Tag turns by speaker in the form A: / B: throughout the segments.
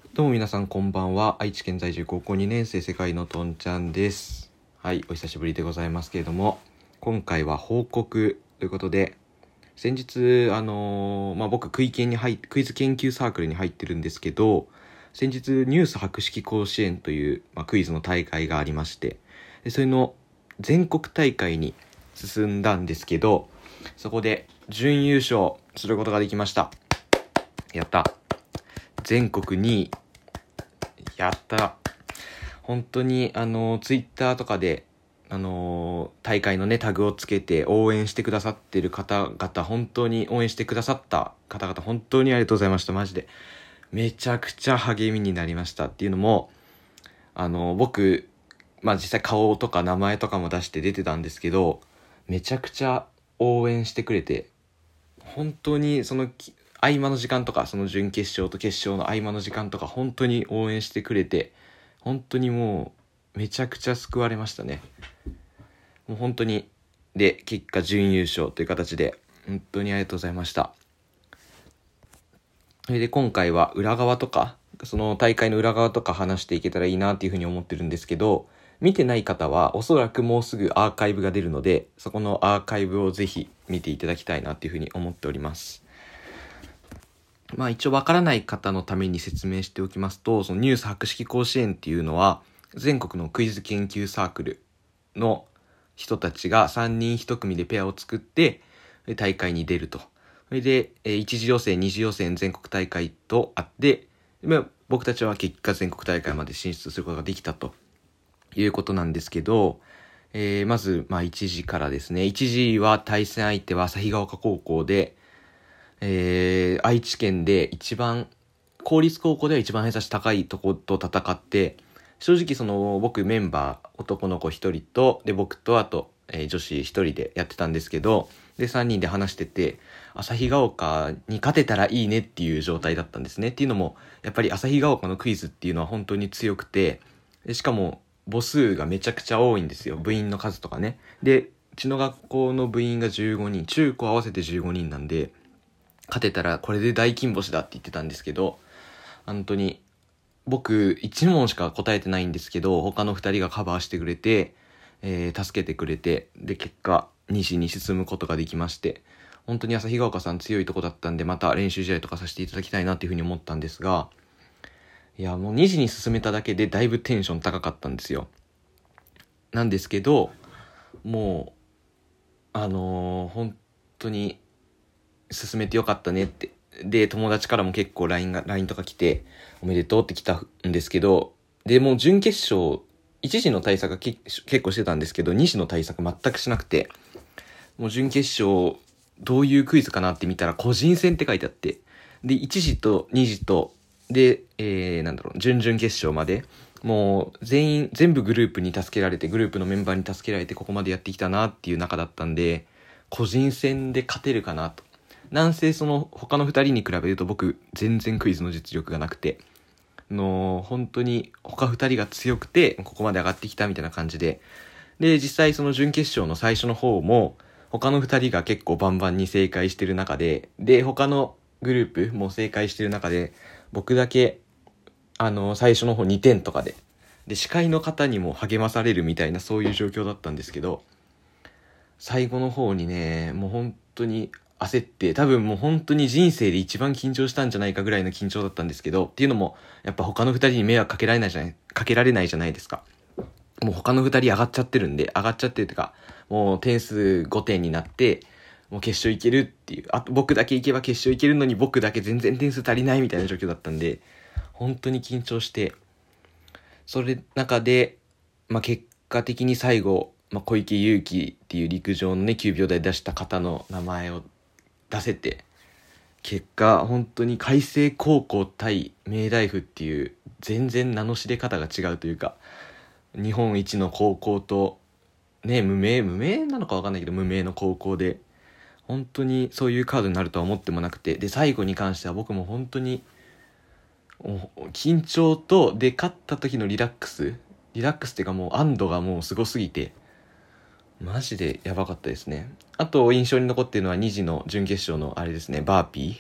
A: どうも皆さんこんばんは。愛知県在住高校2年生世界のとんちゃんです。はい、お久しぶりでございますけれども、今回は報告ということで、先日僕クイズ研究サークルに入ってるんですけど、先日ニュース博識甲子園という、クイズの大会がありまして、でそれの全国大会に進んだんですけど、そこで準優勝することができました。やった。全国2位。やった。本当にツイッターとかで大会のねタグをつけて応援してくださってる方々、本当に応援してくださった方々、本当にありがとうございました。マジでめちゃくちゃ励みになりました。っていうのも僕実際顔とか名前とかも出して出てたんですけど、めちゃくちゃ応援してくれて、本当にその合間の時間とか、その準決勝と決勝の合間の時間とか本当に応援してくれて、本当にもうめちゃくちゃ救われましたね。もう本当に。で、結果準優勝という形で本当にありがとうございました。それで今回は裏側とか、その大会の裏側とか話していけたらいいなっていうふうに思ってるんですけど、見てない方はおそらくもうすぐアーカイブが出るので、そこのアーカイブをぜひ見ていただきたいなっていうふうに思っております。一応わからない方のために説明しておきますと、そのニュース博識甲子園っていうのは全国のクイズ研究サークルの人たちが3人1組でペアを作って大会に出ると。それで1次予選、2次予選、全国大会とあって、僕たちは結果全国大会まで進出することができたということなんですけど、まず1次からですね。1次は対戦相手は旭ヶ丘高校で、愛知県で一番公立高校では一番偏差値高いとこと戦って、正直その僕メンバー男の子一人とで僕とあと、女子一人でやってたんですけど、で3人で話してて、旭ヶ丘に勝てたらいいねっていう状態だったんですね。っていうのもやっぱり旭ヶ丘のクイズっていうのは本当に強くて、でしかも母数がめちゃくちゃ多いんですよ。部員の数とかね。でうちの学校の部員が15人、中高合わせて15人なんで、勝てたらこれで大金星だって言ってたんですけど、本当に僕1問しか答えてないんですけど、他の2人がカバーしてくれて、助けてくれて、で結果2次に進むことができまして、本当に旭ヶ丘さん強いとこだったんで、また練習試合とかさせていただきたいなっていうふうに思ったんですが、いやもう2次に進めただけでだいぶテンション高かったんですよ。なんですけど、もう本当に進めてよかったねって。で、友達からも結構 LINE とか来て、おめでとうって来たんですけど、で、もう準決勝、1次の対策が結構してたんですけど、2次の対策全くしなくて、もう準決勝、どういうクイズかなって見たら、個人戦って書いてあって、で、1次と2次と、で、準々決勝まで、もう全部グループに助けられて、グループのメンバーに助けられて、ここまでやってきたなっていう中だったんで、個人戦で勝てるかなと。なんせその他の2人に比べると僕全然クイズの実力がなくて、本当に他2人が強くてここまで上がってきたみたいな感じで、で実際その準決勝の最初の方も他の2人が結構バンバンに正解してる中で、他のグループも正解してる中で僕だけ最初の方2点とかで司会の方にも励まされるみたいな、そういう状況だったんですけど、最後の方にね、もう本当に焦って、多分もう本当に人生で一番緊張したんじゃないかぐらいの緊張だったんですけど、っていうのもやっぱ他の2人に迷惑かけられないじゃないですか。もう他の2人上がっちゃってるってか、もう点数5点になってもう決勝いけるっていう、あと僕だけ行けば決勝いけるのに僕だけ全然点数足りないみたいな状況だったんで、本当に緊張して、それ中で結果的に最後、小池祐希っていう陸上のね9秒台出した方の名前を出せて、結果本当に開成高校対明大附っていう全然名の知れ方が違うというか、日本一の高校とね、無名なのか分かんないけど無名の高校で、本当にそういうカードになるとは思ってもなくて、で最後に関しては僕も本当に緊張とで勝った時のリラックスっていうか、もう安堵がもうすごすぎてマジでやばかったですね。あと印象に残っているのは2次の準決勝のあれですね、バーピー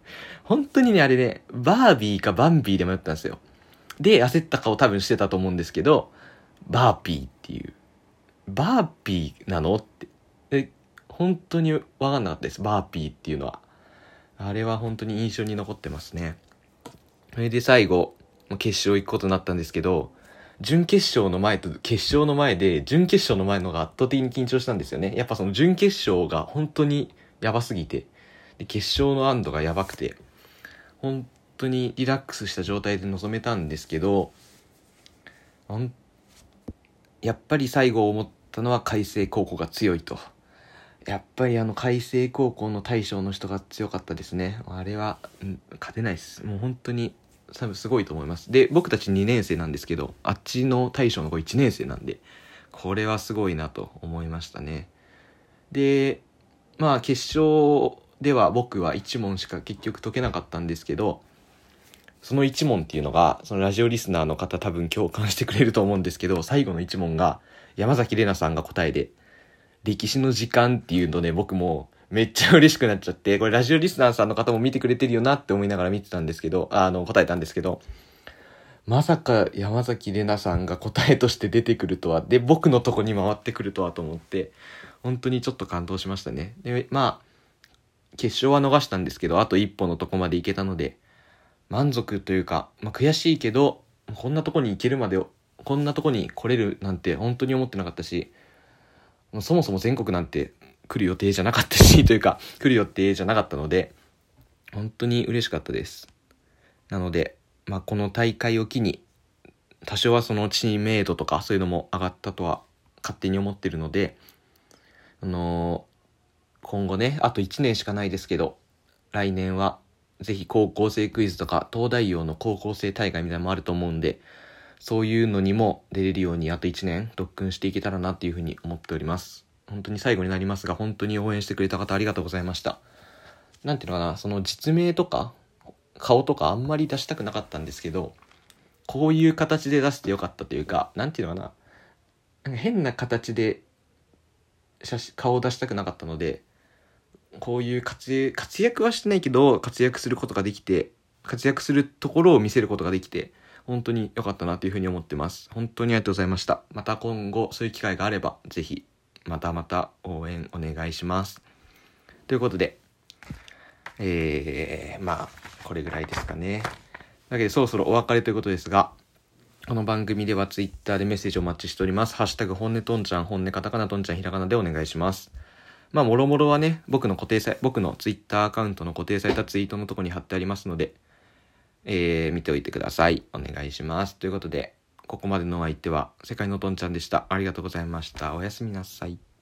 A: 本当にね、あれね、バービーかバンビーで迷ったんですよ。で、焦った顔多分してたと思うんですけど、バーピーっていう。バーピーなのって。本当にわかんなかったです。バーピーっていうのは。あれは本当に印象に残ってますね。それで最後、決勝行くことになったんですけど、準決勝の前と決勝の前で、準決勝の前のが圧倒的に緊張したんですよね。やっぱその準決勝が本当にやばすぎて、で決勝の安堵がやばくて、本当にリラックスした状態で臨めたんですけど、やっぱり最後思ったのは開成高校が強いと。やっぱり開成高校の大将の人が強かったですね。あれは、勝てないです。もう本当に多分すごいと思います。で、僕たち2年生なんですけど、あっちの大将の子1年生なんで、これはすごいなと思いましたね。で、まあ決勝では僕は1問しか結局解けなかったんですけど、その1問っていうのが、そのラジオリスナーの方多分共感してくれると思うんですけど、最後の1問が山崎怜奈さんが答えで、歴史の時間っていうので、僕もめっちゃ嬉しくなっちゃって、これラジオリスナーさんの方も見てくれてるよなって思いながら見てたんですけど、答えたんですけど、まさか山崎怜奈さんが答えとして出てくるとは、で、僕のとこに回ってくるとはと思って、本当にちょっと感動しましたね。で、まあ、決勝は逃したんですけど、あと一歩のとこまで行けたので、満足というか、悔しいけど、こんなとこに行けるまで、こんなとこに来れるなんて本当に思ってなかったし、そもそも全国なんて来る予定じゃなかったし、というか、来る予定じゃなかったので、本当に嬉しかったです。なので、この大会を機に、多少はその知名度とかそういうのも上がったとは勝手に思ってるので、今後ね、あと1年しかないですけど、来年はぜひ高校生クイズとか東大王の高校生大会みたいなのもあると思うんで、そういうのにも出れるようにあと1年特訓していけたらなっていうふうに思っております。本当に最後になりますが、本当に応援してくれた方ありがとうございました。なんていうのかな、その実名とか顔とかあんまり出したくなかったんですけど、こういう形で出してよかったというか、なんていうのかな、変な形で顔を出したくなかったので、こういう活躍はしてないけど活躍することができて、活躍するところを見せることができて、本当に良かったなというふうに思ってます。本当にありがとうございました。また今後そういう機会があればぜひまた応援お願いします。ということで、これぐらいですかね。だけどそろそろお別れということですが、この番組ではツイッターでメッセージをお待ちしております。ハッシュタグ本音とんちゃん、本音カタカナとんちゃんひらがなでお願いします。もろもろはね、僕のツイッターアカウントの固定されたツイートのところに貼ってありますので、見ておいてください。お願いします。ということで、ここまでのお相手は世界のとんちゃんでした。ありがとうございました。おやすみなさい。